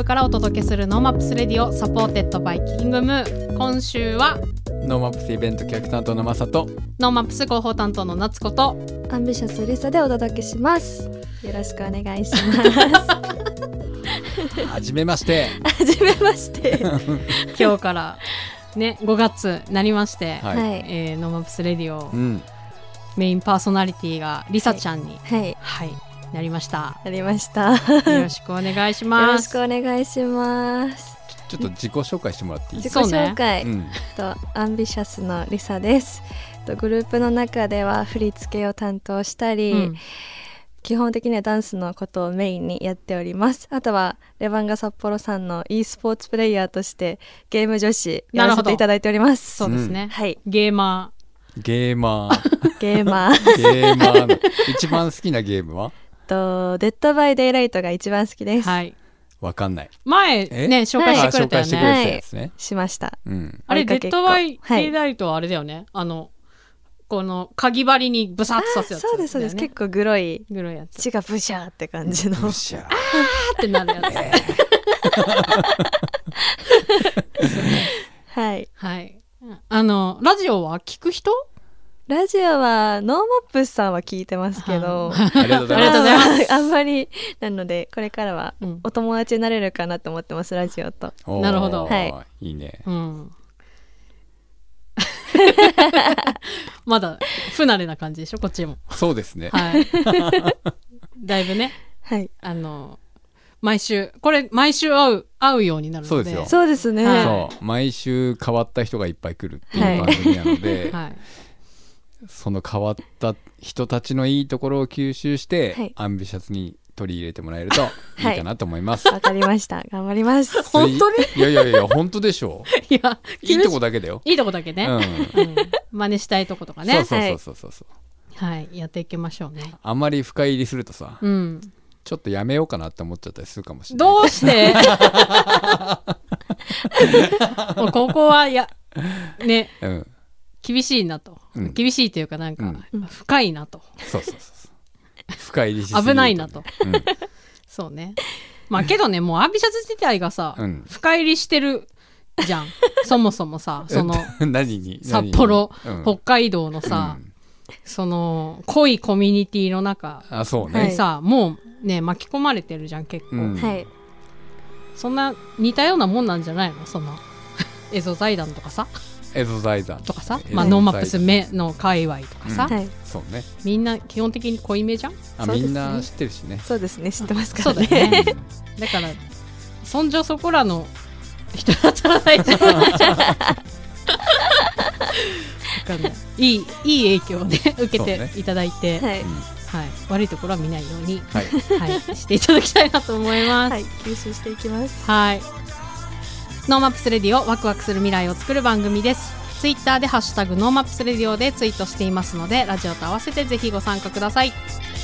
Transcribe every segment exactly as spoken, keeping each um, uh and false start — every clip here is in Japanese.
からお届けするノーマップスレディオサポーテッドバイキングムー。今週はノーマップスイベント企画担当のマサとノーマップス広報担当の夏子とアンビシャスリサでお届けします。よろしくお願いしますはじめましてはじめまして今日からねごがつなりまして、 はいえー、ノーマップスレディオ、 うん、 メインパーソナリティがリサちゃんに、 はい、 はい、なりましたなりましたよろしくお願いします。 よろしくお願いします。 ちょっと自己紹介してもらっていい自己紹介、 ねうん、 とアンビシャスのリサです。とグループの中では振り付けを担当したり、うん、基本的にはダンスのことをメインにやっております。あとはレバンガ札幌さんの e スポーツプレイヤーとしてゲーム女子やらせていただいております。 そうですね、 うん、はい、 ゲーマーゲーマーゲーマーゲーマーの一番好きなゲームはとデッドバイデイライトが一番好きです。 はい、 わかんない。 前ね紹介してくれたよね。 紹介してくれたやつね、 はい、しました、 うん、 あれデッドバイデイライトはあれだよね、はい、あのこのかぎ針にブサッと刺すやつ、ね、 そうですそうです。結構グロいグロいやつ、 血がブシャーって感じのブシャーあーってなるやつ、えー、はいはい。あのラジオは聞く人？ ラジオはノーマップスさんは聞いてますけど、 ありがとうございます。 あんまりなのでこれからはお友達になれるかなと思ってます、ラジオと。 なるほど、 はい、 いいね、 うん、まだ不慣れな感じでしょこっちも。 そうですね、 はい、だいぶね、 はい、 あの毎週これ毎週会う会うようになるので。 そうですよ。 そうですね、 はい、 そう毎週変わった人がいっぱい来るっていう番組なので、はいはい、その変わった人たちのいいところを吸収して、はい、アンビシャスに取り入れてもらえるといいかなと思います。 わ、はい、かりました。頑張ります。 本当に？ いやいやいや本当でしょう。 いやいいとこだけだよ。 いいとこだけね、うんうん、真似したいとことかね。 そうそうそうそうそう、 はい、やっていきましょうね。 あんまり深入りするとさ、うん、ちょっとやめようかなって思っちゃったりするかもしれない。 どうしてもうここはやね、うん、厳しいなと、うん、厳しいというかなんか、うん、深いなと。 そうそうそうそう深入りしすぎると、ね、 危ないなと、 うん、 そうね。まあけどねもうアンビシャス自体がさ、うん、深入りしてるじゃんそもそもさその何に札幌、 うん、 北海道のさ、うん、その濃いコミュニティの中あそうねさ、もうね巻き込まれてるじゃん結構、うん、 はい、 そんな似たようなもんなんじゃないのそのエゾ財団とかさエゾ財団とかさ、まあ、ノーマップス目の界隈とかさ、 うんはい、 そうね、 みんな基本的に濃いめじゃん。 あ、みんな知ってるしね。 そうですね、知ってますからね。 そうだねだからそんじょそこらの人だったら大丈夫じゃんいい、いい影響を、ね、受けていただいて、ね、はいはい、悪いところは見ないように、はいはい、していただきたいなと思います。 はい、吸収していきます。 はい、ノーマップスレディオワクワクする未来を作る番組です。ツイッターでハッシュタグノーマップスレディオでツイートしていますのでラジオと合わせてぜひご参加ください。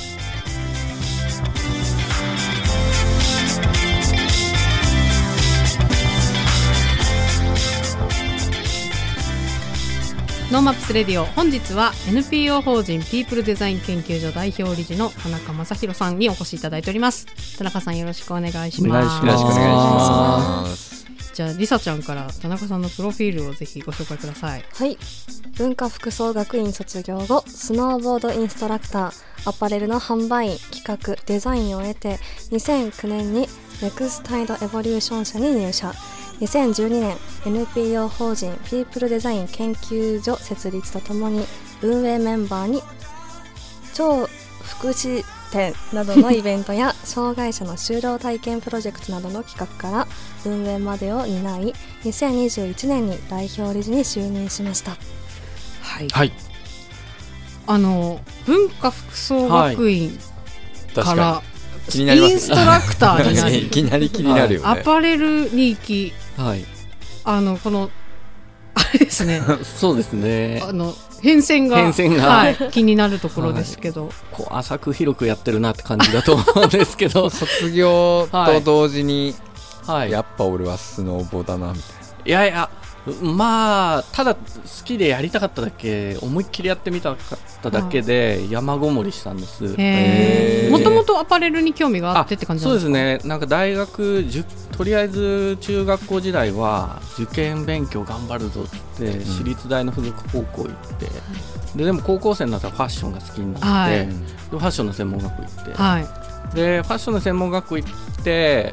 ノーマップスレディオ本日は エヌピーオー 法人ピープルデザイン研究所代表理事の田中正弘さんにお越しいただいております。田中さんよろしくお願いします。 よろしくお願いします。 じゃあリサちゃんから田中さんのプロフィールをぜひご紹介ください。 はい、文化服装学院卒業後スノーボードインストラクター、アパレルの販売員、企画、デザインを得てにせんきゅうねんにネクスタイドエボリューション社に入社。にせんじゅうにねん エヌピーオー 法人ピープルデザイン研究所設立とともに運営メンバーに超福祉展などのイベントや障害者の就労体験プロジェクトなどの企画から運営までを担いにせんにじゅういちねんに代表理事に就任しました。 はい、 はい、 あの文化服装学院から、はい、 気になります、 インストラクターになりいきなり気になるよね、 アパレルに行き、 はい、 あのこのあれですねそうですね、 あの変遷が、 変遷が、 はい、気になるところですけど、はい、 こう浅く広くやってるなって感じだと思うんですけど卒業と同時に、はい、やっぱ俺はスノーボーだなみたいな。 いやいやまあただ好きでやりたかっただけ、思いっきりやってみたかっただけで山ごもりしたんです。 もともとアパレルに興味があってって感じなんですか？ そうですね、なんか大学とりあえず中学校時代は受験勉強頑張るぞってって私立大の附属高校行って、うん、で, でも高校生になったらファッションが好きになって、はい、でファッションの専門学校行って、はい、でファッションの専門学校行って、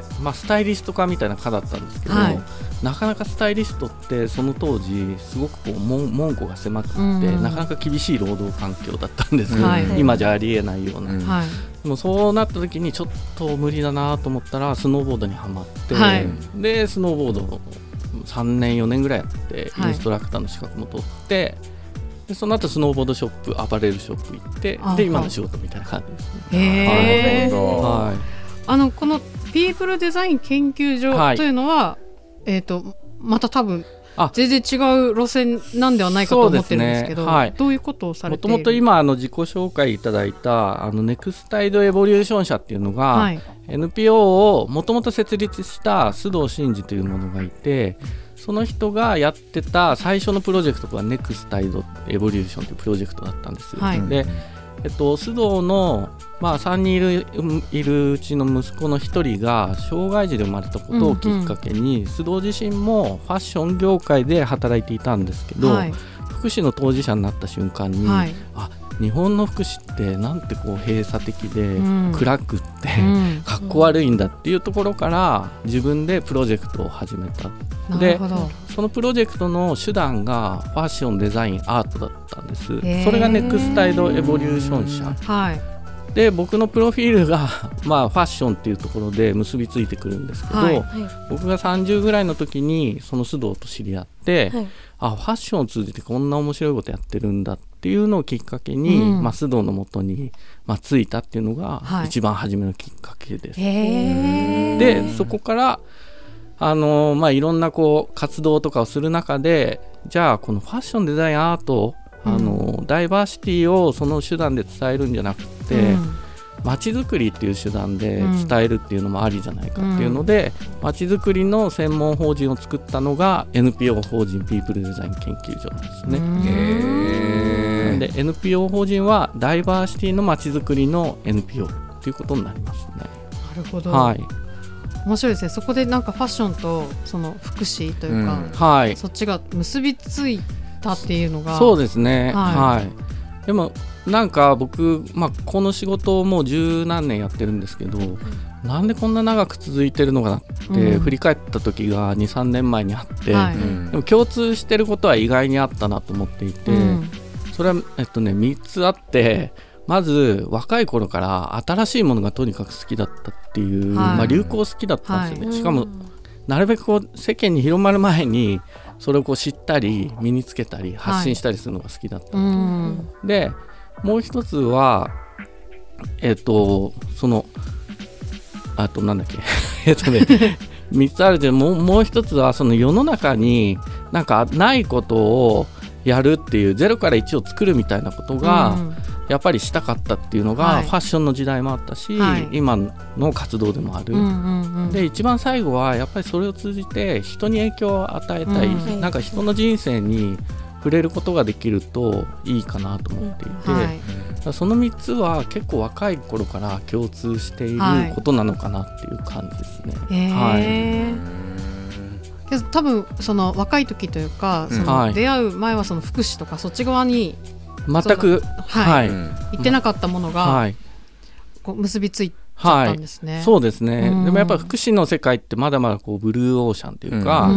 まあ、スタイリスト科みたいな科だったんですけど、はい、なかなかスタイリストってその当時すごくこう門戸が狭くて、うん、なかなか厳しい労働環境だったんですよ、はい、今じゃありえないような、はい、でもそうなった時にちょっと無理だなと思ったらスノーボードにはまって、はい、でスノーボードさんねんよねんぐらいやってインストラクターの資格も取って、でその後スノーボードショップアパレルショップ行ってで今の仕事みたいな感じですね。 へー、はい、あのこのピープルデザイン研究所というのは、はい、えーとまた多分全然違う路線なんではないかと思ってるんですけど、ね、はい、どういうことをされている？ もともと今あの自己紹介いただいたあのネクスタイドエボリューション社っていうのが、はい、エヌピーオー をもともと設立した須藤真二という者がいて、その人がやってた最初のプロジェクトがネクスタイドエボリューションというプロジェクトだったんです、はい、で、えっと、須藤の、まあ、さんにんいる、いるうちの息子のひとりが障害児で生まれたことをきっかけに、うんうん、須藤自身もファッション業界で働いていたんですけど、はい、福祉の当事者になった瞬間に、はい、あ日本の福祉ってなんてこう閉鎖的で暗くって、うん、かっこ悪いんだっていうところから自分でプロジェクトを始めた。でそのプロジェクトの手段がファッションデザインアートだったんです。それがネクスタイドエボリューション社、はい、で僕のプロフィールが、まあ、ファッションっていうところで結びついてくるんですけど、はい、僕がさんじゅうぐらいの時にその須藤と知り合って、はい、あファッションを通じてこんな面白いことやってるんだっていうのをきっかけに、うんまあ、須藤のもとに、まあ、ついたっていうのが一番初めのきっかけです、はい、でそこからあのまあ、いろんなこう活動とかをする中で、じゃあこのファッションデザインアート、うん、あのダイバーシティをその手段で伝えるんじゃなくて、まちづくりっていう手段で伝えるっていうのもありじゃないかっていうので、まちづくりの専門法人を作ったのが エヌピーオー 法人ピープルデザイン研究所なんですね。へー。で エヌピーオー 法人はダイバーシティのまちづくりの エヌピーオー っていうことになりますね。 なるほど、 はい、 面白いですね。そこでなんかファッションとその福祉というか、うんはい、そっちが結びついたっていうのがそうですね、はいはい、でもなんか僕、まあ、この仕事をもう十何年やってるんですけど、うん、なんでこんな長く続いてるのかなって振り返った時が に,さん 年前にあって、はい、でも共通してることは意外にあったなと思っていて、うん、それは、えっとね、みっつあって、まず若い頃から新しいものがとにかく好きだったっていう、はいまあ、流行好きだったんですよね、はい、しかもなるべくこう世間に広まる前にそれをこう知ったり身につけたり発信したりするのが好きだった、はい、でもう一つはえっとそのあとなんだっけえっとねみっつあるけどもう、もう一つはその世の中になんかないことをやるっていうゼロからいちを作るみたいなことが、うんやっぱりしたかったっていうのが、はい、ファッションの時代もあったし、はい、今の活動でもある、うんうんうん、で一番最後はやっぱりそれを通じて人に影響を与えたい、うん、なんか人の人生に触れることができるといいかなと思っていて、うんはい、そのみっつは結構若い頃から共通していることなのかなっていう感じですね、はいはい、多分その若い時というかその出会う前はその福祉とかそっち側に全く、 はいはい、言ってなかったものが、はい、こう結びついちゃったんですね、 はい、そうですね、うん、でもやっぱり福祉の世界ってまだまだこうブルーオーシャンというか、うん、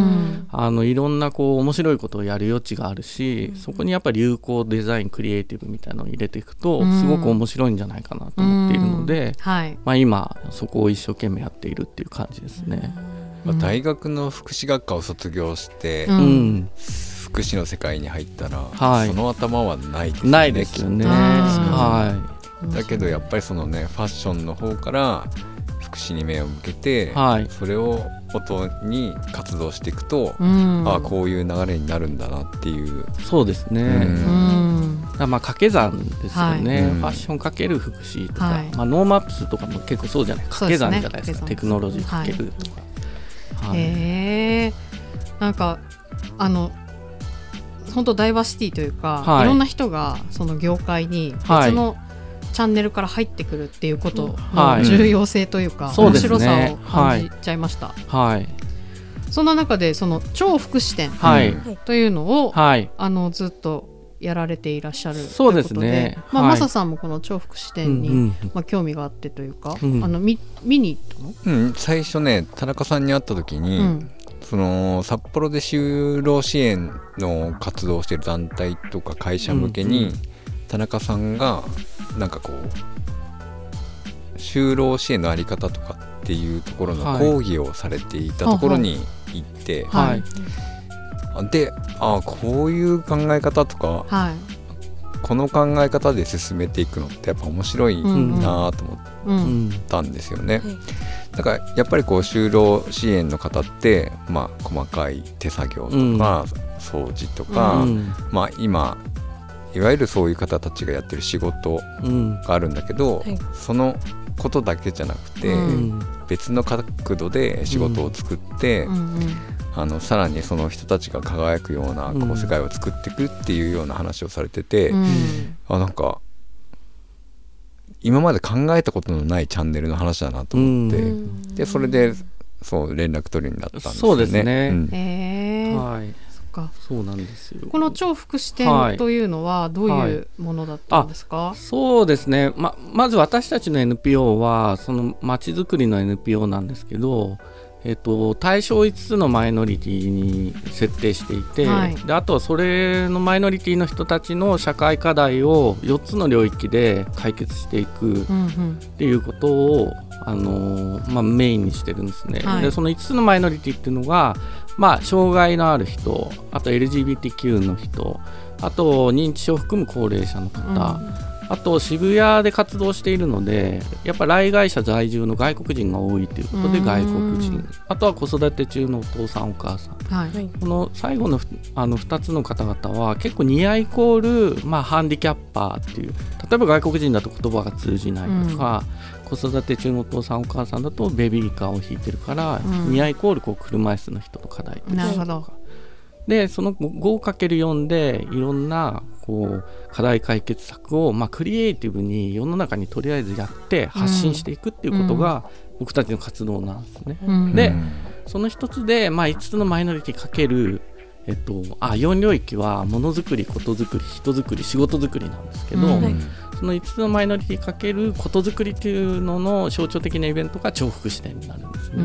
あのいろんなこう面白いことをやる余地があるし、うん、そこにやっぱり流行デザインクリエイティブみたいなのを入れていくと、うん、すごく面白いんじゃないかなと思っているので、うんはいまあ、今そこを一生懸命やっているっていう感じですね、 うんまあ、大学の福祉学科を卒業して、うん福祉の世界に入ったら、はい、その頭はないですよね。 ないですよね、はい、 だけどやっぱりそのねファッションの方から福祉に目を向けて、はい、それを元に活動していくと、うん、ああこういう流れになるんだなっていうそうですね、うんだからまあ掛け算ですよね、はい、ファッションかける福祉とか、はいまあ、ノーマップスとかも結構そうじゃない掛け算じゃないですか、テクノロジーかけるとか、 はいはい、へーなんかあの本当ダイバーシティというか、はい、いろんな人がその業界に別のチャンネルから入ってくるっていうことの重要性というか、はい、面白さを感じちゃいました、はいはい、そんな中でその超福祉展というのを、はい、あのずっとやられていらっしゃるということで、そうですね、まあ、はい、マサさんもこの超福祉展に、うんうん、まあ、興味があってというか、うん、あの 見, 見に行ったの、 うん、最初ね田中さんに会った時に、うん、その札幌で就労支援の活動をしている団体とか会社向けに、うんうん、田中さんがなんかこう就労支援のあり方とかっていうところの講義をされていたところに行って、はいはいはい、で、ああこういう考え方とか、はい、この考え方で進めていくのってやっぱ面白いなと思ったんですよね、うんうん、だからやっぱりこう就労支援の方って、まあ、細かい手作業とか、うん、掃除とか、うん、まあ、今いわゆるそういう方たちがやってる仕事があるんだけど、うん、はい、そのことだけじゃなくて、うん、別の角度で仕事を作って、うんうんうん、あのさらにその人たちが輝くようなこう世界を作っていくっていうような話をされてて、うん、あなんか今まで考えたことのないチャンネルの話だなと思って、うん、でそれでそう連絡取るようになったんですよね。 そうですね、うん、 へー、 はい、そうなんですよ。 この超福祉展というのはどういうものだったんですか？はいはい、 そうですね、 ま, まず私たちの エヌピーオー はそのまちづくりの エヌピーオー なんですけど、えっと、対象いつつのマイノリティに設定していて、はい、であとはそれのマイノリティの人たちの社会課題をよっつの領域で解決していくっていうことを、うんうん、あのまあ、メインにしてるんですね、はい、でそのいつつのマイノリティっていうのが、まあ、障害のある人、あと エルジービーティーキュー の人、あと認知症を含む高齢者の方、うん、あと渋谷で活動しているのでやっぱ来街者在住の外国人が多いということで外国人、あとは子育て中のお父さんお母さん、はい、この最後の、あのふたつの方々は結構ニアイコール、まあ、ハンディキャッパーっていう、例えば外国人だと言葉が通じないとか、うん、子育て中のお父さんお母さんだとベビーカーを引いてるから、うん、ニアイコールこう車椅子の人の課題とか、 なるほど。 でその ごかけるよん でいろんなこう課題解決策を、まあ、クリエイティブに世の中にとりあえずやって発信していくっていうことが僕たちの活動なんですね、うん、でその一つで、まあ、いつつのマイノリティかける、えっと、あよん領域はものづくり、ことづくり、人づくり、仕事づくりなんですけど、うん、そのいつつのマイノリティかけることづくりっていうのの象徴的なイベントが超福祉展になるんですね。うん、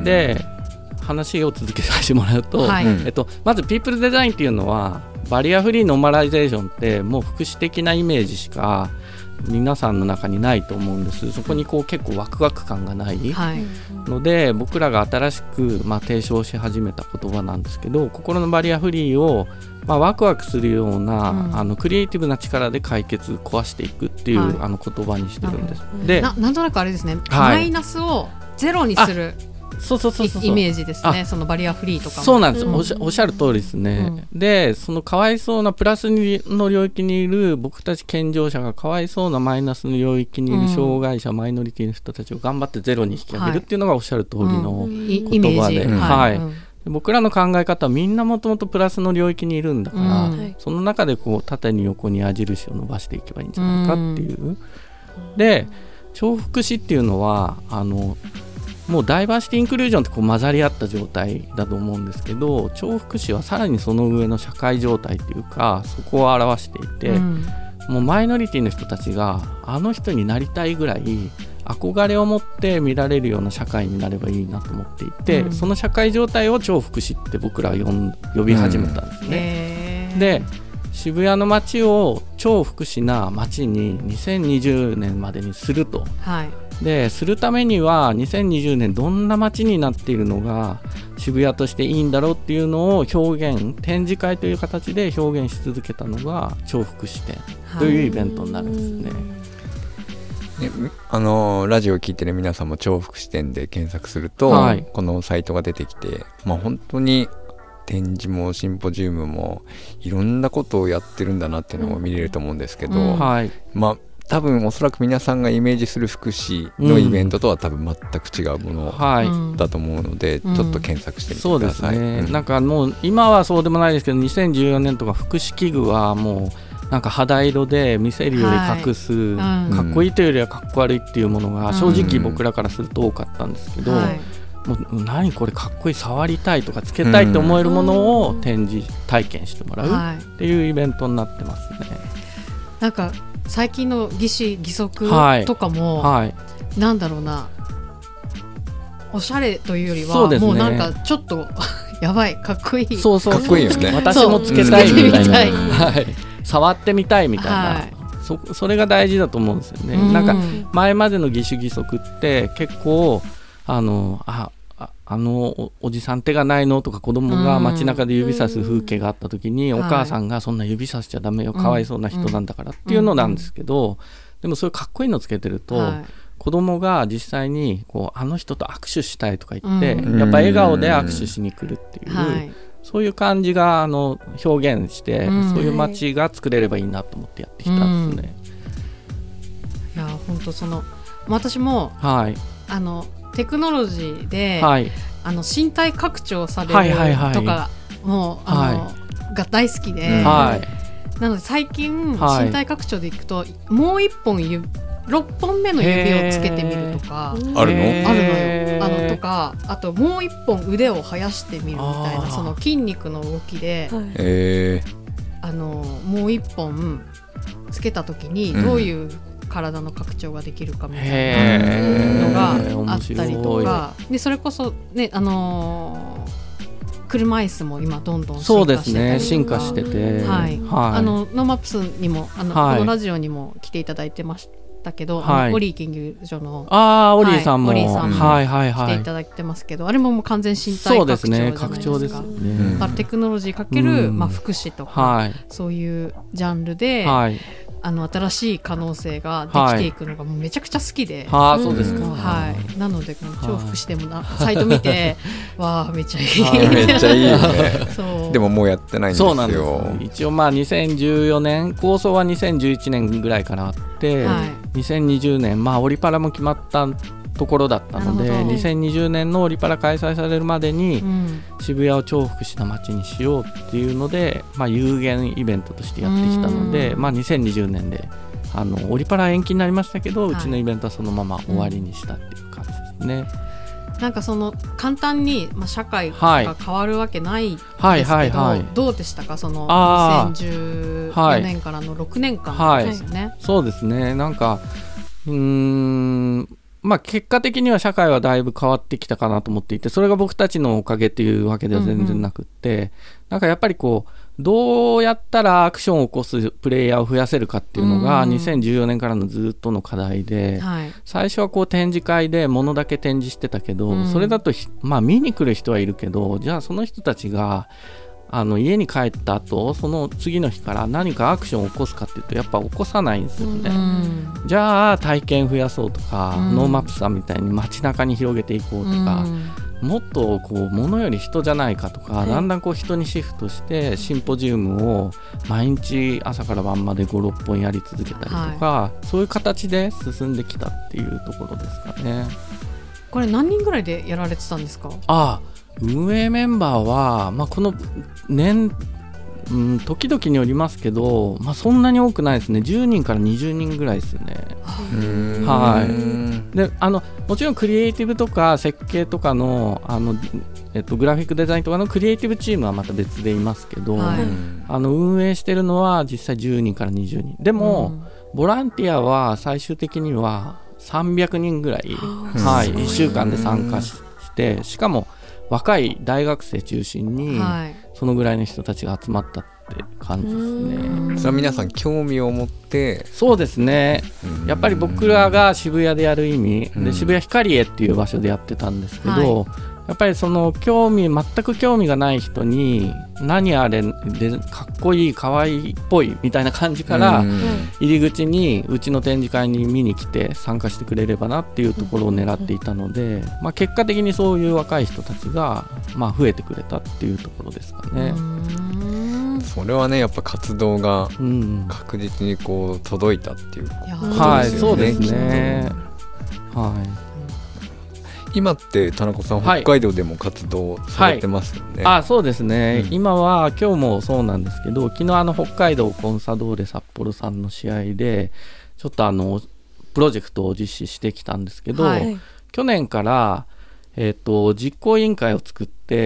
で話を続けさせてもらうと、はい、えっと、まずピープルデザインっていうのはバリアフリーノーマライゼーションってもう福祉的なイメージしか皆さんの中にないと思うんです。そこにこう結構ワクワク感がないので、はい、僕らが新しく、まあ、提唱し始めた言葉なんですけど、心のバリアフリーを、まあ、ワクワクするような、うん、あのクリエイティブな力で解決壊していくっていう、はい、あの言葉にしてるんです。で な, なんとなくあれですね、はい、マイナスをゼロにするそうそうそうそうイメージですね。そのバリアフリーとかもそうなんです、うん、お, しおっしゃる通りですね、うん、でそのかわいそうなプラスの領域にいる僕たち健常者がかわいそうなマイナスの領域にいる障害者、うん、マイノリティの人たちを頑張ってゼロに引き上げるっていうのがおっしゃる通りの言葉で、はい、うん、僕らの考え方はみんなもともとプラスの領域にいるんだから、うん、その中でこう縦に横に矢印を伸ばしていけばいいんじゃないかっていう、うん、で超福祉っていうのはあのもうダイバーシティインクルージョンってこう混ざり合った状態だと思うんですけど、超福祉はさらにその上の社会状態っていうかそこを表していて、うん、もうマイノリティの人たちがあの人になりたいぐらい憧れを持って見られるような社会になればいいなと思っていて、うん、その社会状態を超福祉って僕らは 呼, 呼び始めたんですね、うん、で渋谷の街を超福祉な街ににせんにじゅうねんまでにすると、はい、でするためにはにせんにじゅうねんどんな街になっているのが渋谷としていいんだろうっていうのを表現、展示会という形で表現し続けたのが超福祉展というイベントになるんですね、 はい、ね、あのラジオを聞いてる皆さんも超福祉展で検索すると、はい、このサイトが出てきて、まあ、本当に展示もシンポジウムもいろんなことをやってるんだなっていうのも見れると思うんですけど、うんはい、まあ多分おそらく皆さんがイメージする福祉のイベントとは多分全く違うものだと思うので、うん、ちょっと検索してみてください、 そうですね、うん、なんかもう今はそうでもないですけどにせんじゅうよねんとか福祉器具はもうなんか肌色で見せるより隠す、はい、かっこいいというよりはかっこ悪いっていうものが正直僕らからすると多かったんですけど、うん、もう何これかっこいい、触りたいとかつけたいと思えるものを展示体験してもらうっていうイベントになってますね。 なんか最近の義肢義足とかも、はいはい、なんだろうな、おしゃれというよりは、ね、もうなんかちょっとやばい、かっこいい、 そうそうそう、かっこいいよね、 私もつけたいみたいな、はい、触ってみたいみたいな、はい、そ, それが大事だと思うんですよね、うん、なんか前までの義手義足って結構あのああの お, おじさん手がないのとか子供が街中で指さす風景があった時に、うん、お母さんがそんな指さしちゃダメよ、かわいそうな人なんだからっていうのなんですけど、でもそういうかっこいいのつけてると、はい、子供が実際にこうあの人と握手したいとか言って、うん、やっぱ笑顔で握手しに来るっていう、はい、そういう感じがあの表現して、うん、そういう街が作れればいいなと思ってやってきたんですね、 うん、いや本当その私も、はい、あのテクノロジーで、はい、あの身体拡張されるとかも、はいはい、が大好きで、はい、なので最近、はい、身体拡張でいくともう一本指ろっぽんめの指をつけてみるとかあるのあるのよ、あのとか、あともう一本腕を生やしてみるみたいな、その筋肉の動きで、はい、あのもう一本つけた時にどういう体の拡張ができるかみたいなのがあったりとかで、それこそね、あのー、車椅子も今どんどん進化してたりとか、 そうですね、進化してて、 はいはい、あのノーマップスにもあの、はい、このラジオにも来ていただいてましたけど、はい、オリー研究所のあオリーさんも、 はい、オリーさんも来ていただいてますけど、はいはいはい、あれももう完全身体拡張じゃないですか。そうですね、拡張ですね。だからテクノロジーかける、まあ、福祉とか、はい、そういうジャンルで、はい、あの新しい可能性ができていくのがもうめちゃくちゃ好きで、 はい、あそうですか、 はい、なので超福祉でもなサイト見てわあめっちゃいいめっちゃいいよねそうでももうやってないんですよ。 そうなんです。一応まあにせんじゅうよねん構想はにせんじゅういちねんぐらいからあって、はい、にせんにじゅうねんまあオリパラも決まったところだったので、にせんにじゅうねんのオリパラ開催されるまでに、うん、渋谷を超福祉な街にしようっていうので、まあ、有限イベントとしてやってきたので、まあ、にせんにじゅうねんであのオリパラ延期になりましたけど、はい、うちのイベントはそのまま終わりにしたっていう感じですね、 うん、なんかその簡単に、まあ、社会が変わるわけないですけど、はいはいはいはい、どうでしたかそのにせんじゅうよねんからのろくねんかんですよね、はいはい、 そうですね。なんかうーんまあ、結果的には社会はだいぶ変わってきたかなと思っていて、それが僕たちのおかげっていうわけでは全然なくって、うんうん、なんかやっぱりこうどうやったらアクションを起こすプレイヤーを増やせるかっていうのがにせんじゅうよねんからのずっとの課題で、はい、最初はこう展示会で物だけ展示してたけど、うん、それだとまあ見に来る人はいるけど、じゃあその人たちがあの家に帰った後その次の日から何かアクションを起こすかっていうとやっぱ起こさないんですよね、うん、じゃあ体験増やそうとか、うん、ノーマップさんみたいに街中に広げていこうとか、うん、もっとこう物より人じゃないかとか、はい、だんだんこう人にシフトしてシンポジウムを毎日朝から晩までご、ろっぽんやり続けたりとか、はい、そういう形で進んできたっていうところですかね。 これ何人ぐらいでやられてたんですか？ ああ運営メンバーは、まあ、この年、うん、時々によりますけど、まあ、そんなに多くないですね。じゅうにんからにじゅうにんぐらいですね。はい、であのもちろんクリエイティブとか設計とか の, あの、えっと、グラフィックデザインとかのクリエイティブチームはまた別でいますけど、はい、あの運営してるのは実際じゅうにんからにじゅうにんでも、うん、ボランティアは最終的にはさんびゃくにんぐらい、はい、いっしゅうかんで参加して、しかも若い大学生中心にそのぐらいの人たちが集まったって感じですね。 それは皆さん興味を持って。 そうですね、やっぱり僕らが渋谷でやる意味で渋谷ヒカリエっていう場所でやってたんですけど、はい、やっぱりその興味全く興味がない人に何あれでかっこいいかわいいっぽいみたいな感じから入り口にうちの展示会に見に来て参加してくれればなっていうところを狙っていたので、まあ、結果的にそういう若い人たちがまあ増えてくれたっていうところですかね。 それはねやっぱ活動が確実にこう届いたっていうことですよね、 うん、はいそうですね、はい。 今って田中さん、はい、北海道でも活動されてますよね。 はい、あそうですね、うん、今は今日もそうなんですけど、昨日あの北海道コンサドーレ札幌さんの試合でちょっとあのプロジェクトを実施してきたんですけど、はい、去年から、えーと、実行委員会を作って、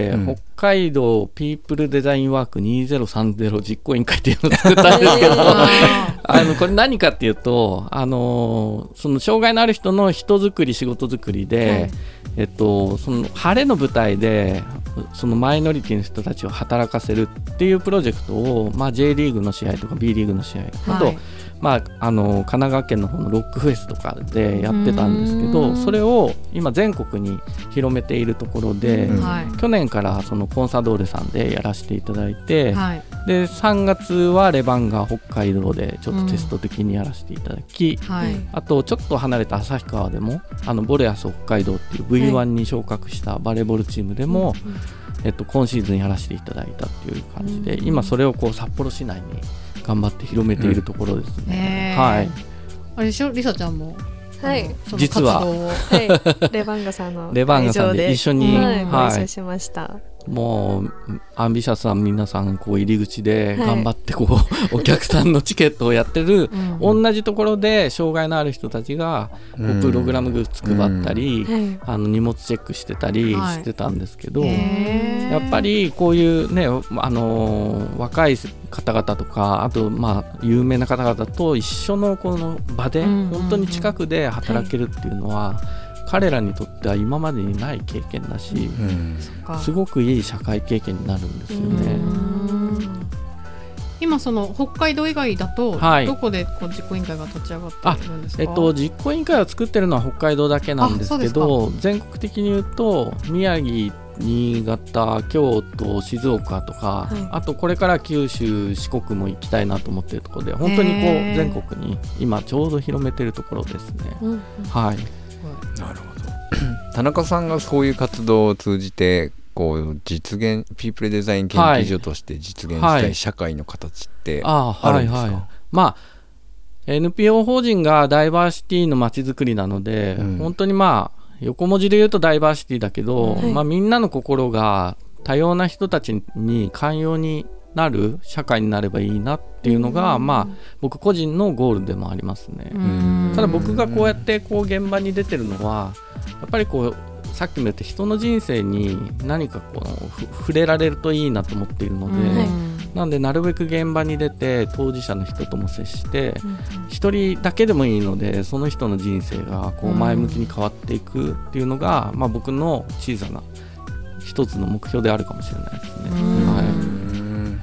うん、北海道ピープルデザインワークにせんさんじゅう実行委員会っていうのを作ったんですけどあのこれ何かっていうと、あのその障害のある人の人づくり仕事づくりで、はい、えっと、その晴れの舞台でそのマイノリティの人たちを働かせるっていうプロジェクトを、まあ、J リーグの試合とか B リーグの試合、はい、あと、まあ、あの神奈川県の方のロックフェスとかでやってたんですけど、それを今全国に広めているところで、はい、去年からそのコンサドーレさんでやらせていただいて、はい、でさんがつはレバンガ北海道でちょっとテスト的にやらせていただき、うんはい、あとちょっと離れた旭川でもあのボレアス北海道っていう ブイワン に昇格したバレーボールチームでも、はい、えっと、今シーズンやらせていただいたっていう感じで、うん、今それをこう札幌市内に頑張って広めているところですね、うん、はい。 あれでしょ、リサちゃんも、 はい、 実は、 はい、レバンガさんのレバンガさんで一緒に、 はい、ご一緒しました。 もうアンビシャスさん皆さんこう入り口で頑張ってこう、はい、お客さんのチケットをやってる、うん、同じところで障害のある人たちがこうプログラムグッズ配ったり、うん、あの荷物チェックしてたりしてたんですけど、はい、やっぱりこういうね、あのー、若い方々とかあとまあ有名な方々と一緒のこの場で本当に近くで働けるっていうのは、はい、彼らにとっては今までにない経験だし、うん、すごくいい社会経験になるんですよね。 今その北海道以外だと、はい、どこでこう実行委員会が立ち上がっているんですか？ えっと、実行委員会を作ってるのは北海道だけなんですけど、全国的に言うと宮城、新潟、京都、静岡とか、はい、あとこれから九州、四国も行きたいなと思っているところで、本当にこう全国に今ちょうど広めているところですね、うん、はい。 なるほど。田中さんがそういう活動を通じてこう実現ピープルデザイン研究所として実現したい社会の形ってあるんですか？はいはいはい、 まあ エヌピーオー 法人がダイバーシティのまちづくりなので、うん、本当にまあ横文字で言うとダイバーシティだけど、はい、まあ、みんなの心が多様な人たちに寛容になる社会になればいいなっていうのが、まあ、僕個人のゴールでもありますね。ただ僕がこうやってこう現場に出てるのはやっぱりこうさっきも言った人の人生に何かこう触れられるといいなと思っているので、なんでなるべく現場に出て当事者の人とも接して一人だけでもいいのでその人の人生がこう前向きに変わっていくっていうのが、まあ、僕の小さな一つの目標であるかもしれないですね。はい、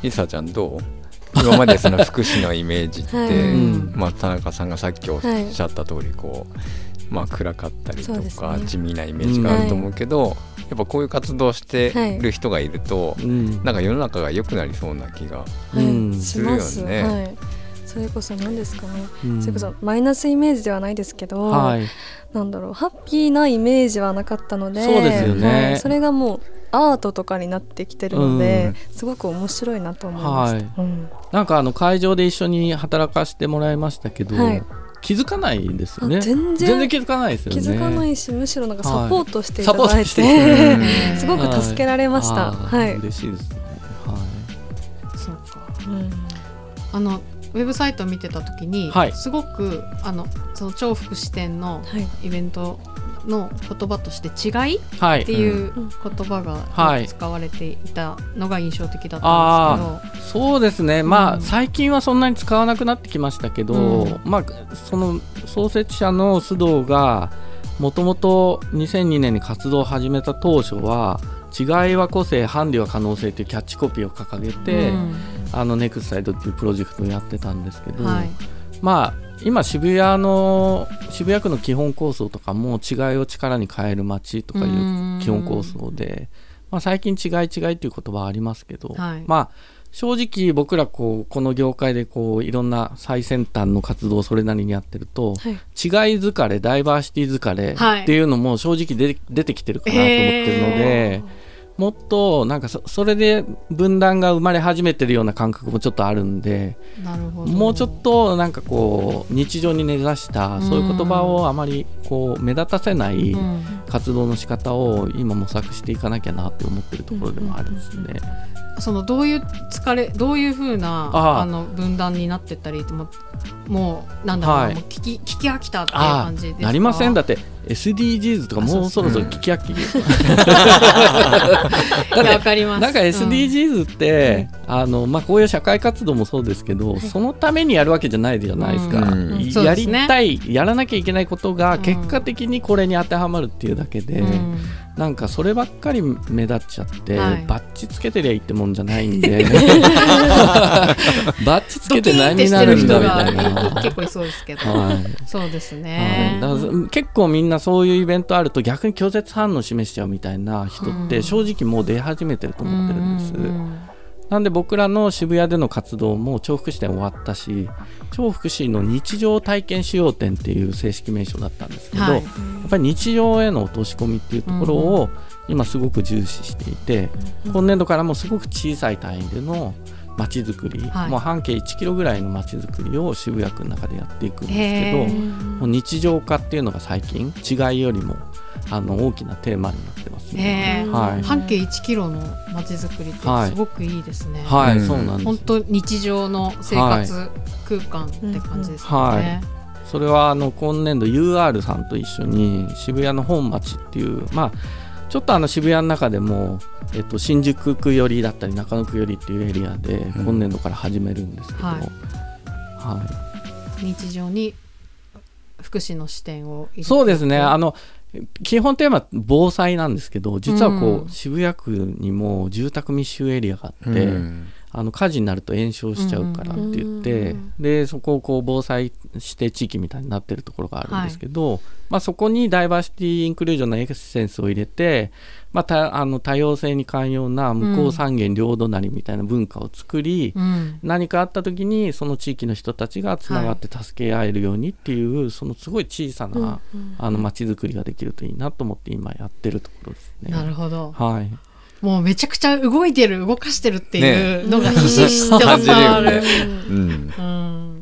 リサちゃんどう？今までその福祉のイメージって、はい、まあ、田中さんがさっきおっしゃった通りこう、まあ、暗かったりとか、ね、地味なイメージがあると思うけど、うん、やっぱこういう活動してる人がいると、はい、なんか世の中が良くなりそうな気がするよね、はいはい、 それこそ何ですかね、うん、それこそマイナスイメージではないですけど、はい、なんだろう、ハッピーなイメージはなかったので、 そうですよね、はい、 それがもうアートとかになってきてるので、うん、すごく面白いなと思いました、はい、うん、 なんかあの会場で一緒に働かせてもらいましたけど、はい、気づかないですよね。 全然、 全然気づかないですよね。 気づかないし、むしろなんかサポートしていただいて、はい、すごく助けられました。はい、はい、 嬉しいですね。はい、 そうか、うん、あのウェブサイトを見てた時に、はい、すごくあのその超福祉展のイベントの言葉として違い、はい、っていう言葉が使われていたのが印象的だったんですけど、 あ、そうですね、まあ、うん、最近はそんなに使わなくなってきましたけど、うん、まあ、その創設者の須藤がもともとにせんにねんに活動を始めた当初は違いは個性、ハンディは可能性というキャッチコピーを掲げて、うん、あのネクスタイドっていうプロジェクトをやってたんですけど、はい、まあ今渋谷の渋谷区の基本構想とかも違いを力に変える街とかいう基本構想で、まあ、最近違い違いという言葉はありますけど、はい、まあ正直僕らこうこの業界でこういろんな最先端の活動をそれなりにやってると、はい、違い疲れ、ダイバーシティ疲れっていうのも正直出て、出てきてるかなと思ってるので、 もっとなんか そ, それで分断が生まれ始めてるような感覚もちょっとあるんで、 なるほど、 もうちょっとなんかこう日常に根ざしたそういう言葉をあまりこう目立たせない活動の仕方を今模索していかなきゃなって思ってるところでもあるんですね。 そのどういう疲れどういう風なああの分断になってったりももうなんだろう、はい、もう聞き聞き飽きたっていう感じですか？ なりません。だって エスディージーズ とかもうそろそろ聞き飽きる、 うん、いやわかります。 なんか エスディージーズ って、うん、あのまあ、こういう社会活動もそうですけど、そのためにやるわけじゃないじゃないですか、うん、やりたい、ね、やらなきゃいけないことが結果的にこれに当てはまるっていうだけで、うん、なんかそればっかり目立っちゃって、はい、バッチつけてりゃいいってもんじゃないんでバッチつけて何になるんだみたいな結構いそうですけど、はい、そうですね、 はい、だから結構みんなそういうイベントあると逆に拒絶反応示しちゃうみたいな人って正直もう出始めてると思ってるんです、うんうんうん、なんで僕らの渋谷での活動も超福祉展終わったし、超福祉の日常体験使用展っていう正式名称だったんですけど、はい、やっぱり日常への落とし込みっていうところを今すごく重視していて、うん、今年度からもすごく小さい単位での街づくり、はい、もう半径いちキロぐらいの街づくりを渋谷区の中でやっていくんですけど、もう日常化っていうのが最近違いよりもあの大きなテーマになってますね、 はい、半径いちキロの街づくりってすごくいいですね。 はい、はい、そうなんです。 本当日常の生活空間って感じですね、 はいはい、それはあの今年度 ユーアール さんと一緒に渋谷の本町っていう、まあちょっとあの渋谷の中でも、えっと、新宿区寄りだったり中野区寄りっていうエリアで今年度から始めるんですけど、はいはい、日常に福祉の視点を入れて。 そうですね、あの基本テーマは防災なんですけど、実はこう、うん、渋谷区にも住宅密集エリアがあって、うん、あの火事になると炎症しちゃうからって言って、うん、でそこをこう防災指定地域みたいになってるところがあるんですけど、はい、まあ、そこにダイバーシティインクルージョンのエッセンスを入れて、まあ、たあの多様性に寛容な向こう三軒両隣みたいな文化を作り、うん、何かあった時にその地域の人たちがつながって助け合えるようにっていう、はい、そのすごい小さな、うん、あの街づくりができるといいなと思って今やってるところですね。 なるほど、 はい、 もうめちゃくちゃ動いてる動かしてるっていうのがひしひしと伝わる、ねうんうん、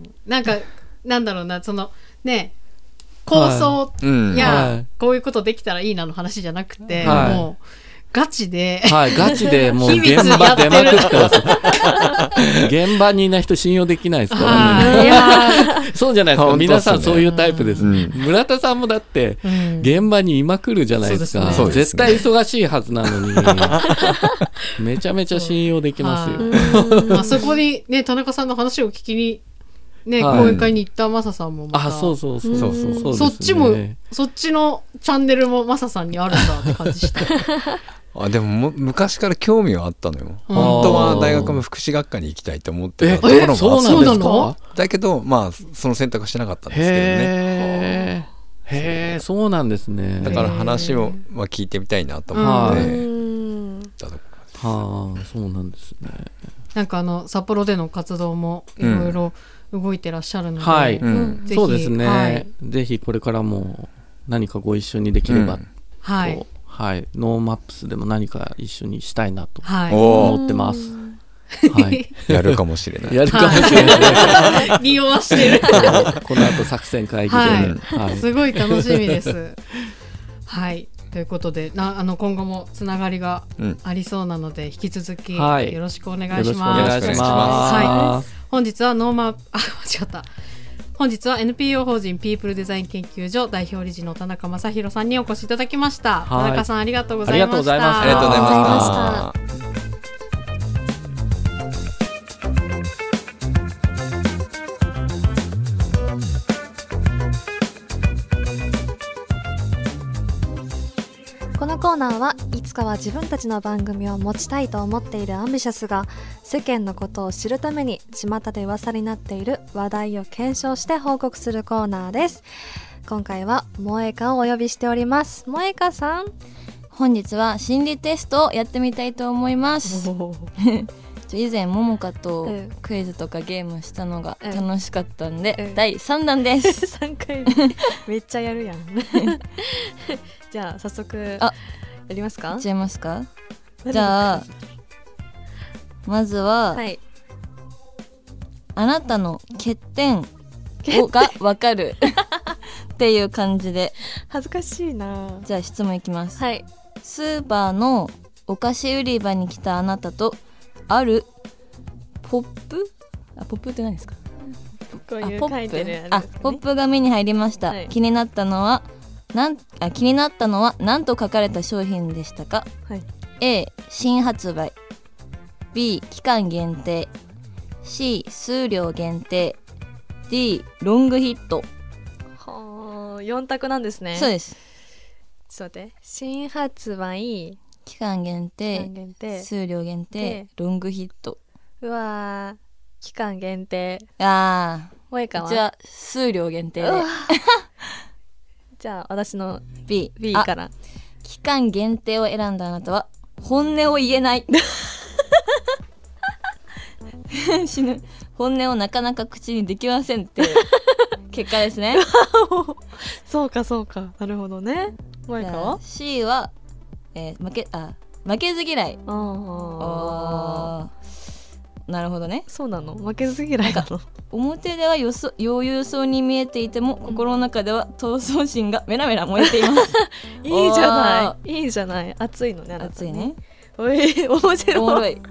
なんかなんだろうな、そのね構想やこういうことできたらいいなの話じゃなくて、はい、もうガチで、 はい、ガチでもう現場出まくってます現場にいない人信用できないですからね。いやそうじゃないですか、皆さんそういうタイプです、うん、村田さんもだって現場にいまくるじゃないですか、うん、絶対忙しいはずなのにめちゃめちゃ信用できますよ。 あそこにね田中さんの話を聞きにね、はい、講演会に行ったマサさんもまた、 あ、そうそうそうそうそうそう、 そっちもそっちのチャンネルもマサさんにあるんだって感じしたあ、でもも昔から興味はあったのよ。本当は大学も福祉学科に行きたいと思ってたところもあった。 そうなんですか？ だけどまあその選択はしてなかったんですけどね。 へー、へー、そうなんですね。 だから話を、まあ、聞いてみたいなと思って行ったところです。 はあ、そうなんですね。 なんかあの札幌での活動もいろいろ動いてらっしゃるので、 うん、はい、うん、そうですね、はい、ぜひこれからも何かご一緒にできればと、うん、はいはい、ノーマップスでも何か一緒にしたいなと思ってます、はい、 やるかもしれないやるかもしれない、 はい、匂わしてるこの後作戦会議で、はいはい、すごい楽しみですはい、ということでなあの今後もつながりがありそうなので、うん、引き続きよろしくお願いします。 よろしくお願いします、はい、 本日はノーマあ間違った本日は エヌピーオー 法人ピープルデザイン研究所代表理事の田中正弘さんにお越しいただきました。田中さんありがとうございました。 ありがとうございました。 ありがとうございました。 このコーナーはいつかは自分たちの番組を持ちたいと思っているアンビシャスが世間のことを知るために巷で噂になっている話題を検証して報告するコーナーです。今回は萌香をお呼びしております。萌香さん、 本日は心理テストをやってみたいと思います以前ももかとクイズとかゲームしたのが楽しかったんで、うん、だいさんだんですさんかいめっちゃやるやんじゃあ早速やりますか。 やっちゃいますか。 じゃあまずは、はい、あなたの欠点をが分かるっていう感じで。 恥ずかしいな。 じゃあ質問いきます、 はい、 スーパーのお菓子売り場に来たあなたとあるポップあポップって何ですか？ こういう書いてるやつですかね。 あポップが目に入りました、はい、気になったのはなんあ気になったのは何と書かれた商品でしたか？はい、A 新発売、 B 期間限定、 C 数量限定、 D ロングヒット。 はあ、よん択なんですね。 そうです。 ちょっと待って、新発売、 期間限定、期間限定、数量限定、ロングヒット。 うわー、期間限定。 あー、 萌香は？ じゃあ数量限定でじゃあ私の B, B から。 期間限定を選んだあなたは本音を言えない死ぬ。本音をなかなか口にできませんって結果ですねそうかそうか、なるほどね。萌香は？ C は、えー、負けあ負けず嫌い。ああ、なるほどね。 そうなの、負けず嫌いなの。 表ではよそ余裕そうに見えていても、心の中では闘争心がメラメラ燃えていますいいじゃない、いいじゃない。熱いのね、 熱いね。 おい、面白い。おもろいん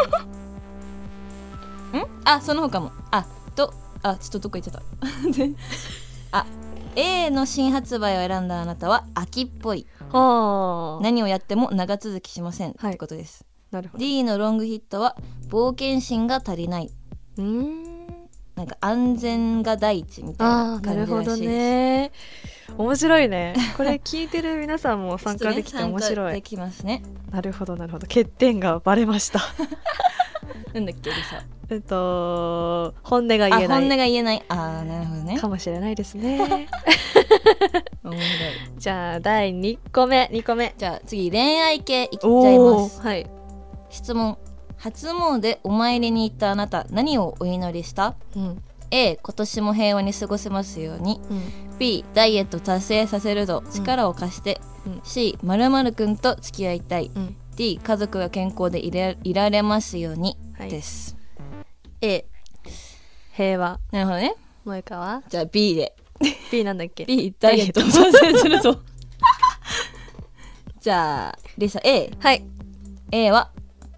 あ、その他もあとあちょっとどこ行っちゃったあ A の新発売を選んだあなたは秋っぽい。はあ、何をやっても長続きしません、はい、ってことです。 なるほど。 D のロングヒットは冒険心が足りない。うーん、なんか安全が第一みたいな感じらしいです。 なるほどね。面白いね。これ聞いてる皆さんも参加できて面白い。 ね、できますね。 なるほどなるほど。欠点がバレましたなんだっけリサ。 えっと本音が言えない。 あ、本音が言えない。あー、なるほどね。 かもしれないですねじゃあだいにこめにこめ。 じゃあ次恋愛系いっちゃいます。 はい。 質問。初詣お参りに行ったあなた、何をお祈りした？うん、A 今年も平和に過ごせますように、うん、B ダイエット達成させるぞ、力を貸して、うん、C 〇〇くんと付き合いたい、うん、D 家族が健康でいら、いられますように、はい、です。 A 平和。 なるほどね。 萌香は？ じゃあ B で。 B なんだっけ？ B ダイエット達成するぞじゃあリサ A。 はい。 A は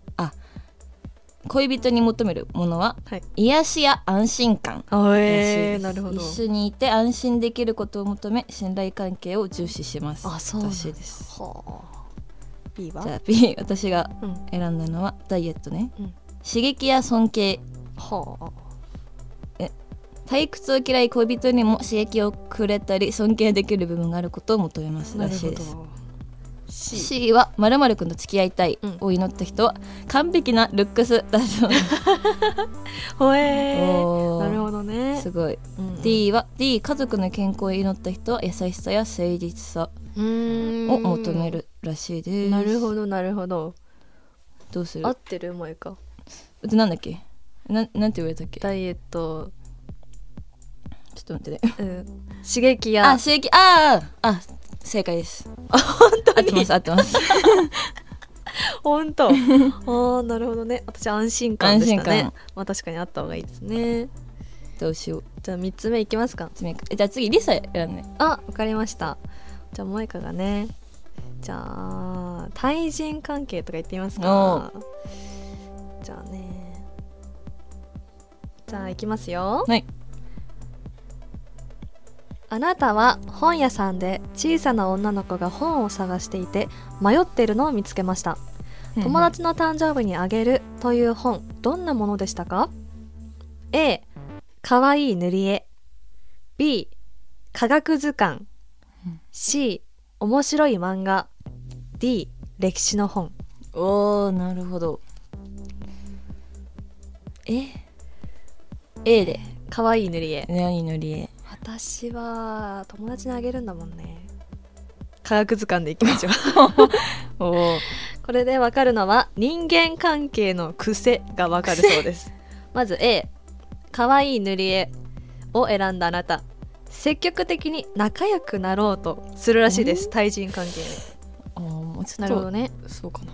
恋人に求めるものは、はい、癒しや安心感。 えー、なるほど。 一緒にいて安心できることを求め、信頼関係を重視します。 あ、そうらしいです。はあ、 B は？ じゃあ B、 私が選んだのは、うん、ダイエットね、うん、刺激や尊敬。はあ、え退屈を嫌い恋人にも刺激をくれたり尊敬できる部分があることを求めますらしいです。C, C は〇〇くんと付き合いたいを祈った人は、うん、完璧なルックスだそうですほえー、なるほどね。 すごい、うんうん、D は D 家族の健康を祈った人は優しさや誠実さを求めるらしいです。 なるほどなるほど。 どうする？ 合ってる？萌香でなんだっけ？な, なんて言われたっけ？ ダイエット。 ちょっと待ってね、うん、 刺激やあ刺激あああ正解です。 あ、本当に合ってます合ってます本当。あー、なるほどね。私安心感でしたね。まあ確かにあった方がいいですね。 どうしよう。 じゃあみっつめいきますか。 みっつめじゃあ次リサ選んで。 あ、わかりました。じゃあ萌香がね、じゃあ対人関係とか言ってみますか。じゃあね、じゃあいきますよ。 はい。 あなたは本屋さんで小さな女の子が本を探していて迷っているのを見つけました。友達の誕生日にあげるという本、どんなものでしたか？ A かわいい塗り絵、 B 科学図鑑、 C 面白い漫画、 D 歴史の本。 おー、なるほど。え A でかわいい塗り絵。 何塗り絵？ 私は友達にあげるんだもんね。科学図鑑でいきましょうおこれでわかるのは人間関係の癖がわかるそうですまず A かわいい塗り絵を選んだあなた、積極的に仲良くなろうとするらしいです。対人関係で。 あー、もうちょっとなるほどね。 そうかな。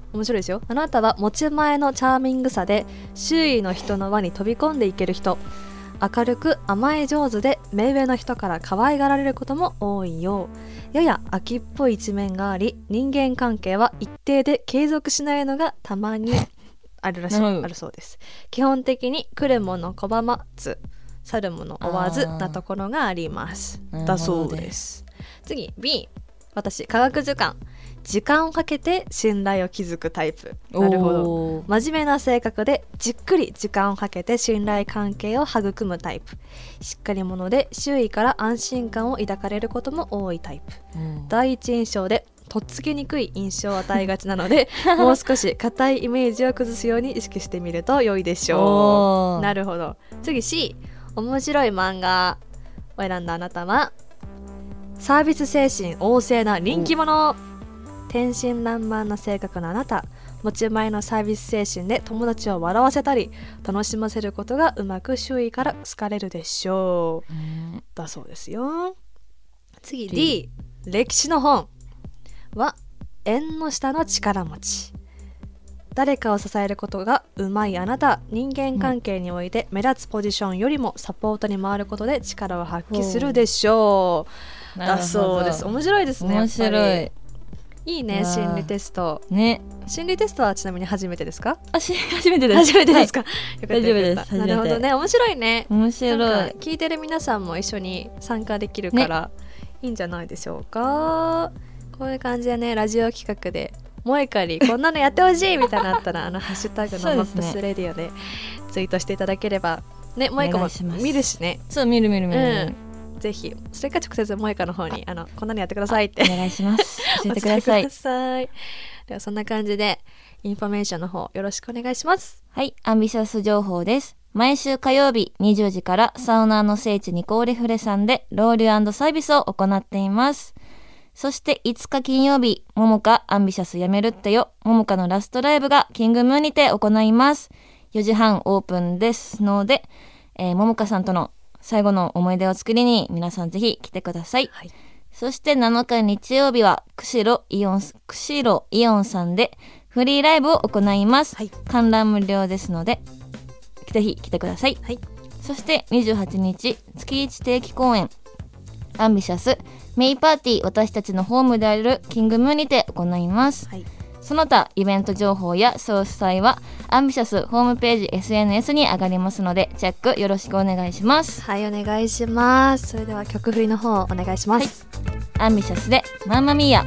面白いですよ。あなたは持ち前のチャーミングさで周囲の人の輪に飛び込んでいける人。明るく甘え上手で目上の人から可愛がられることも多いよう。やや秋っぽい一面があり、人間関係は一定で継続しないのがたまにあるらしいあるそうです。基本的に来るもの拒まず去るもの追わずなところがありますだそうです。次 B、 私科学図鑑。時間をかけて信頼を築くタイプ。なるほど。真面目な性格でじっくり時間をかけて信頼関係を育むタイプ。しっかり者で周囲から安心感を抱かれることも多いタイプ。第一印象でとっつきにくい印象を与えがちなのでもう少し固いイメージを崩すように意識してみると良いでしょう。なるほど。次 C、 面白い漫画を選んだあなたはサービス精神旺盛な人気者。天真爛漫な性格のあなた。持ち前のサービス精神で友達を笑わせたり楽しませることがうまく周囲から好かれるでしょう、うん、だそうですよ。次 D、 歴史の本は縁の下の力持ち。誰かを支えることがうまいあなた。人間関係において目立つポジションよりもサポートに回ることで力を発揮するでしょう、だそうです。面白いですね。 面白い。 いいね、心理テストね。 心理テストはちなみに初めてですか？ あ、初めてです。 初めてですか？はい、よかった大丈夫です。 なるほどね、面白いね。 面白い。 聞いてる皆さんも一緒に参加できるから、ね、いいんじゃないでしょうか。こういう感じでね、ラジオ企画で萌香にこんなのやってほしいみたいなのあったらあのハッシュタグのマップスレディオでツイートしていただければね、萌香も見るしね。 そう、見る見る見る、 うんぜひそれか直接萌香の方にあのこんなにやってくださいってお願いします教えてくださいください。ではそんな感じでインフォメーションの方よろしくお願いします。 はい、アンビシャス情報です。毎週火曜日にじゅうじからサウナーの聖地ニコーレフレさんでロウリュー&サービスを行っています。そしていつか金曜日、ももかアンビシャスやめるってよ、ももかのラストライブがキングムーにて行います。よじはんオープンですので、えー、ももかさんとの最後の思い出を作りに皆さんぜひ来てください、はい、そしてなのか日曜日は釧路イオン釧路イオンさんでフリーライブを行います、はい、観覧無料ですのでぜひ来てください、はい、そしてにじゅうはちにち月いち定期公演アンビシャスメイパーティー私たちのホームであるキングムーにて行います、はい、その他イベント情報や詳細はアンビシャスホームページ エスエヌエス に上がりますのでチェックよろしくお願いします。 はい、お願いします。それでは曲振りの方お願いします、 はい、アンビシャスでマンマミーヤ。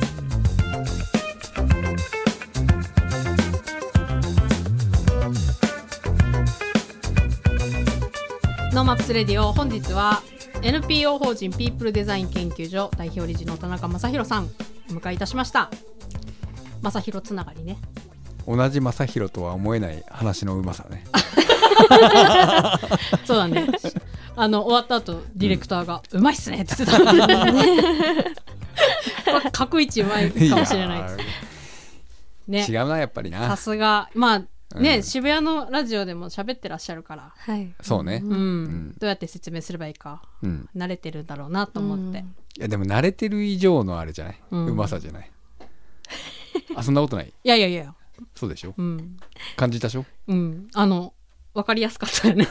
ノーマップスレディオ、本日は エヌピーオー 法人ピープルデザイン研究所代表理事の田中正宏さんお迎えいたしました。正宏つながりね。 同じ正宏とは思えない話のうまさねそうだね。あの終わった後ディレクターが、うん、うまいっすねって言ってた角位置うまいかもしれないですね。 違うなやっぱりな。 さすがまあね、うん、渋谷のラジオでも喋ってらっしゃるから、 はい、 そうね、 うんうん、どうやって説明すればいいか、うん、慣れてるんだろうなと思って、うん、いやでも慣れてる以上のあれじゃない、うん、うまさじゃないあ、そんなことない。いやいやいやそうでしょ、うん、感じたでしょ、 うん、あの分かりやすかったよね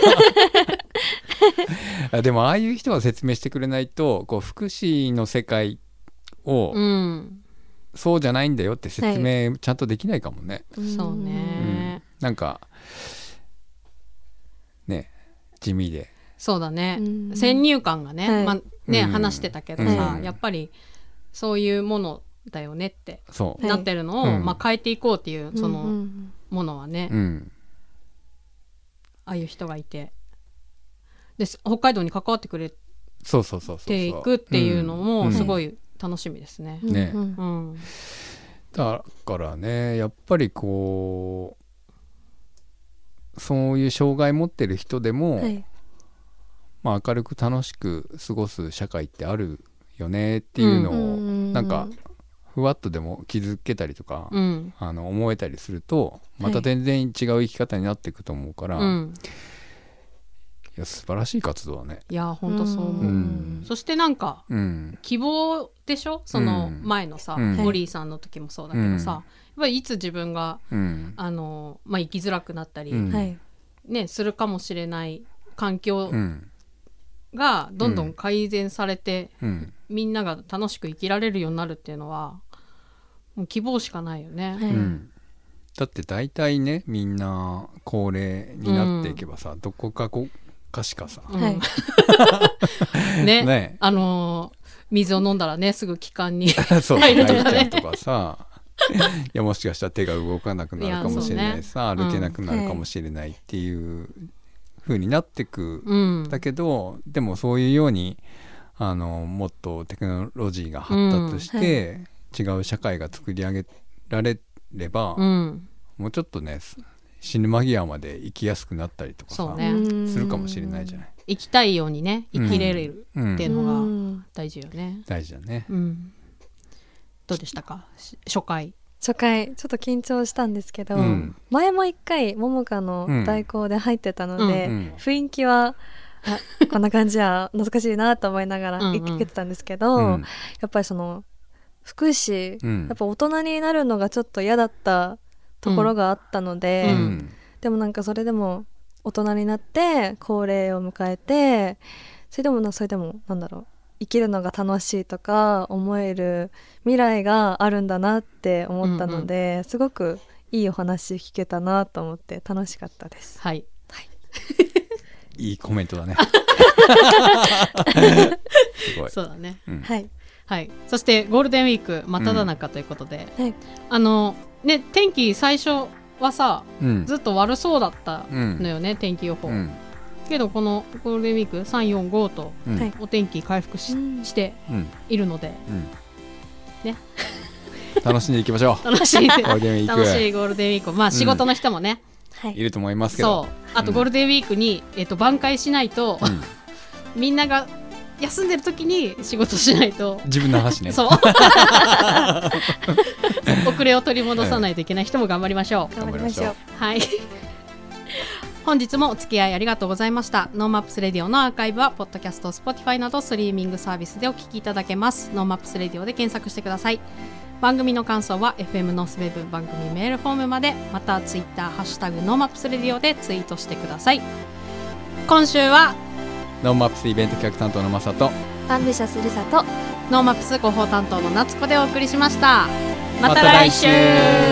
でもああいう人が説明してくれないとこう福祉の世界を、うん、そうじゃないんだよって説明ちゃんとできないかもね、 はい、そうね、 うん、なんかね地味でそうだね、うん、先入観がね、はいまねうん、話してたけどさ、うん、やっぱりそういうものだよねってなってるのを、はいまあ、変えていこうっていうそのものはね、うん、ああいう人がいてで北海道に関わってくれていくっていうのもすごい楽しみですね。 ね、うん、だからねやっぱりこうそういう障害持ってる人でも、はいまあ、明るく楽しく過ごす社会ってあるよねっていうのを、うん、なんかふわっとでも気づけたりとか、うん、あの思えたりするとまた全然違う生き方になっていくと思うから、はい、いや素晴らしい活動だね。 いや本当そう思う、うん、そしてなんか、うん、希望でしょ、その前のさ、うん、モリーさんの時もそうだけどさ、うん、やっぱりいつ自分が、うん、あのまあ、生きづらくなったり、うんね、するかもしれない環境がどんどん改善されて、うん、みんなが楽しく生きられるようになるっていうのはもう希望しかないよね、 うん、だって大体ねみんな高齢になっていけばさ、うん、どこかこかしかさ、うん、 ね, ねあのー、水を飲んだらねすぐ気管にそう入るとかねとかさいやもしかしたら手が動かなくなるかもしれないさ、ね、歩けなくなるかもしれないっていう風になってく、うん、だけどでもそういうようにあのもっとテクノロジーが発達して、うんはい、違う社会が作り上げられれば、うん、もうちょっとね死ぬ間際まで生きやすくなったりとかさ、ね、するかもしれないじゃない。 生きたいようにね生きれるっていうのが大事よね、うん、 大事だね、 うん、どうでしたか初回。 初回ちょっと緊張したんですけど、うん、前も一回ももかの代行で入ってたので、うん、雰囲気はあこんな感じは難しいなと思いながら生きてたんですけど、うんうん、やっぱりその福祉、うん、やっぱ大人になるのがちょっと嫌だったところがあったので、うん、でもなんかそれでも大人になって高齢を迎えてそれでもなそれでもなんだろう生きるのが楽しいとか思える未来があるんだなって思ったので、うんうん、すごくいいお話聞けたなと思って楽しかったです。 はい、はい、 いいコメントだねすごいそうだね、 うん、はいはい、そしてゴールデンウィーク真っ只中ということで、うんはい、あのね天気最初はさ、うん、ずっと悪そうだったのよね、うん、天気予報、うん、けどこのゴールデンウィークさん、よん、ごとお天気回復 し,、うん、しているので、うんね、 楽しんでいきましょう楽しいゴールデンウィーク楽しいゴールデンウィーク、まあ仕事の人もね、 うんはい、いると思いますけど、 そうあとゴールデンウィークに、えー、と挽回しないと、うん、みんなが休んでる時に仕事しないと自分の話ねそう遅れを取り戻さないといけない人も頑張りましょう、うん、頑張りましょうはい本日もお付き合いありがとうございました。ノーマップスレディオのアーカイブはポッドキャスト、Spotify などストリーミングサービスでお聞きいただけます。ノーマップスレディオで検索してください。番組の感想は エフエム ノースウェブ番組メールフォームまで、またツイッターハッシュタグノーマップスレディオでツイートしてください。今週はノーマップスイベント企画担当のマサとアンビシャスリサとノーマップス広報担当の夏子でお送りしました。また来週。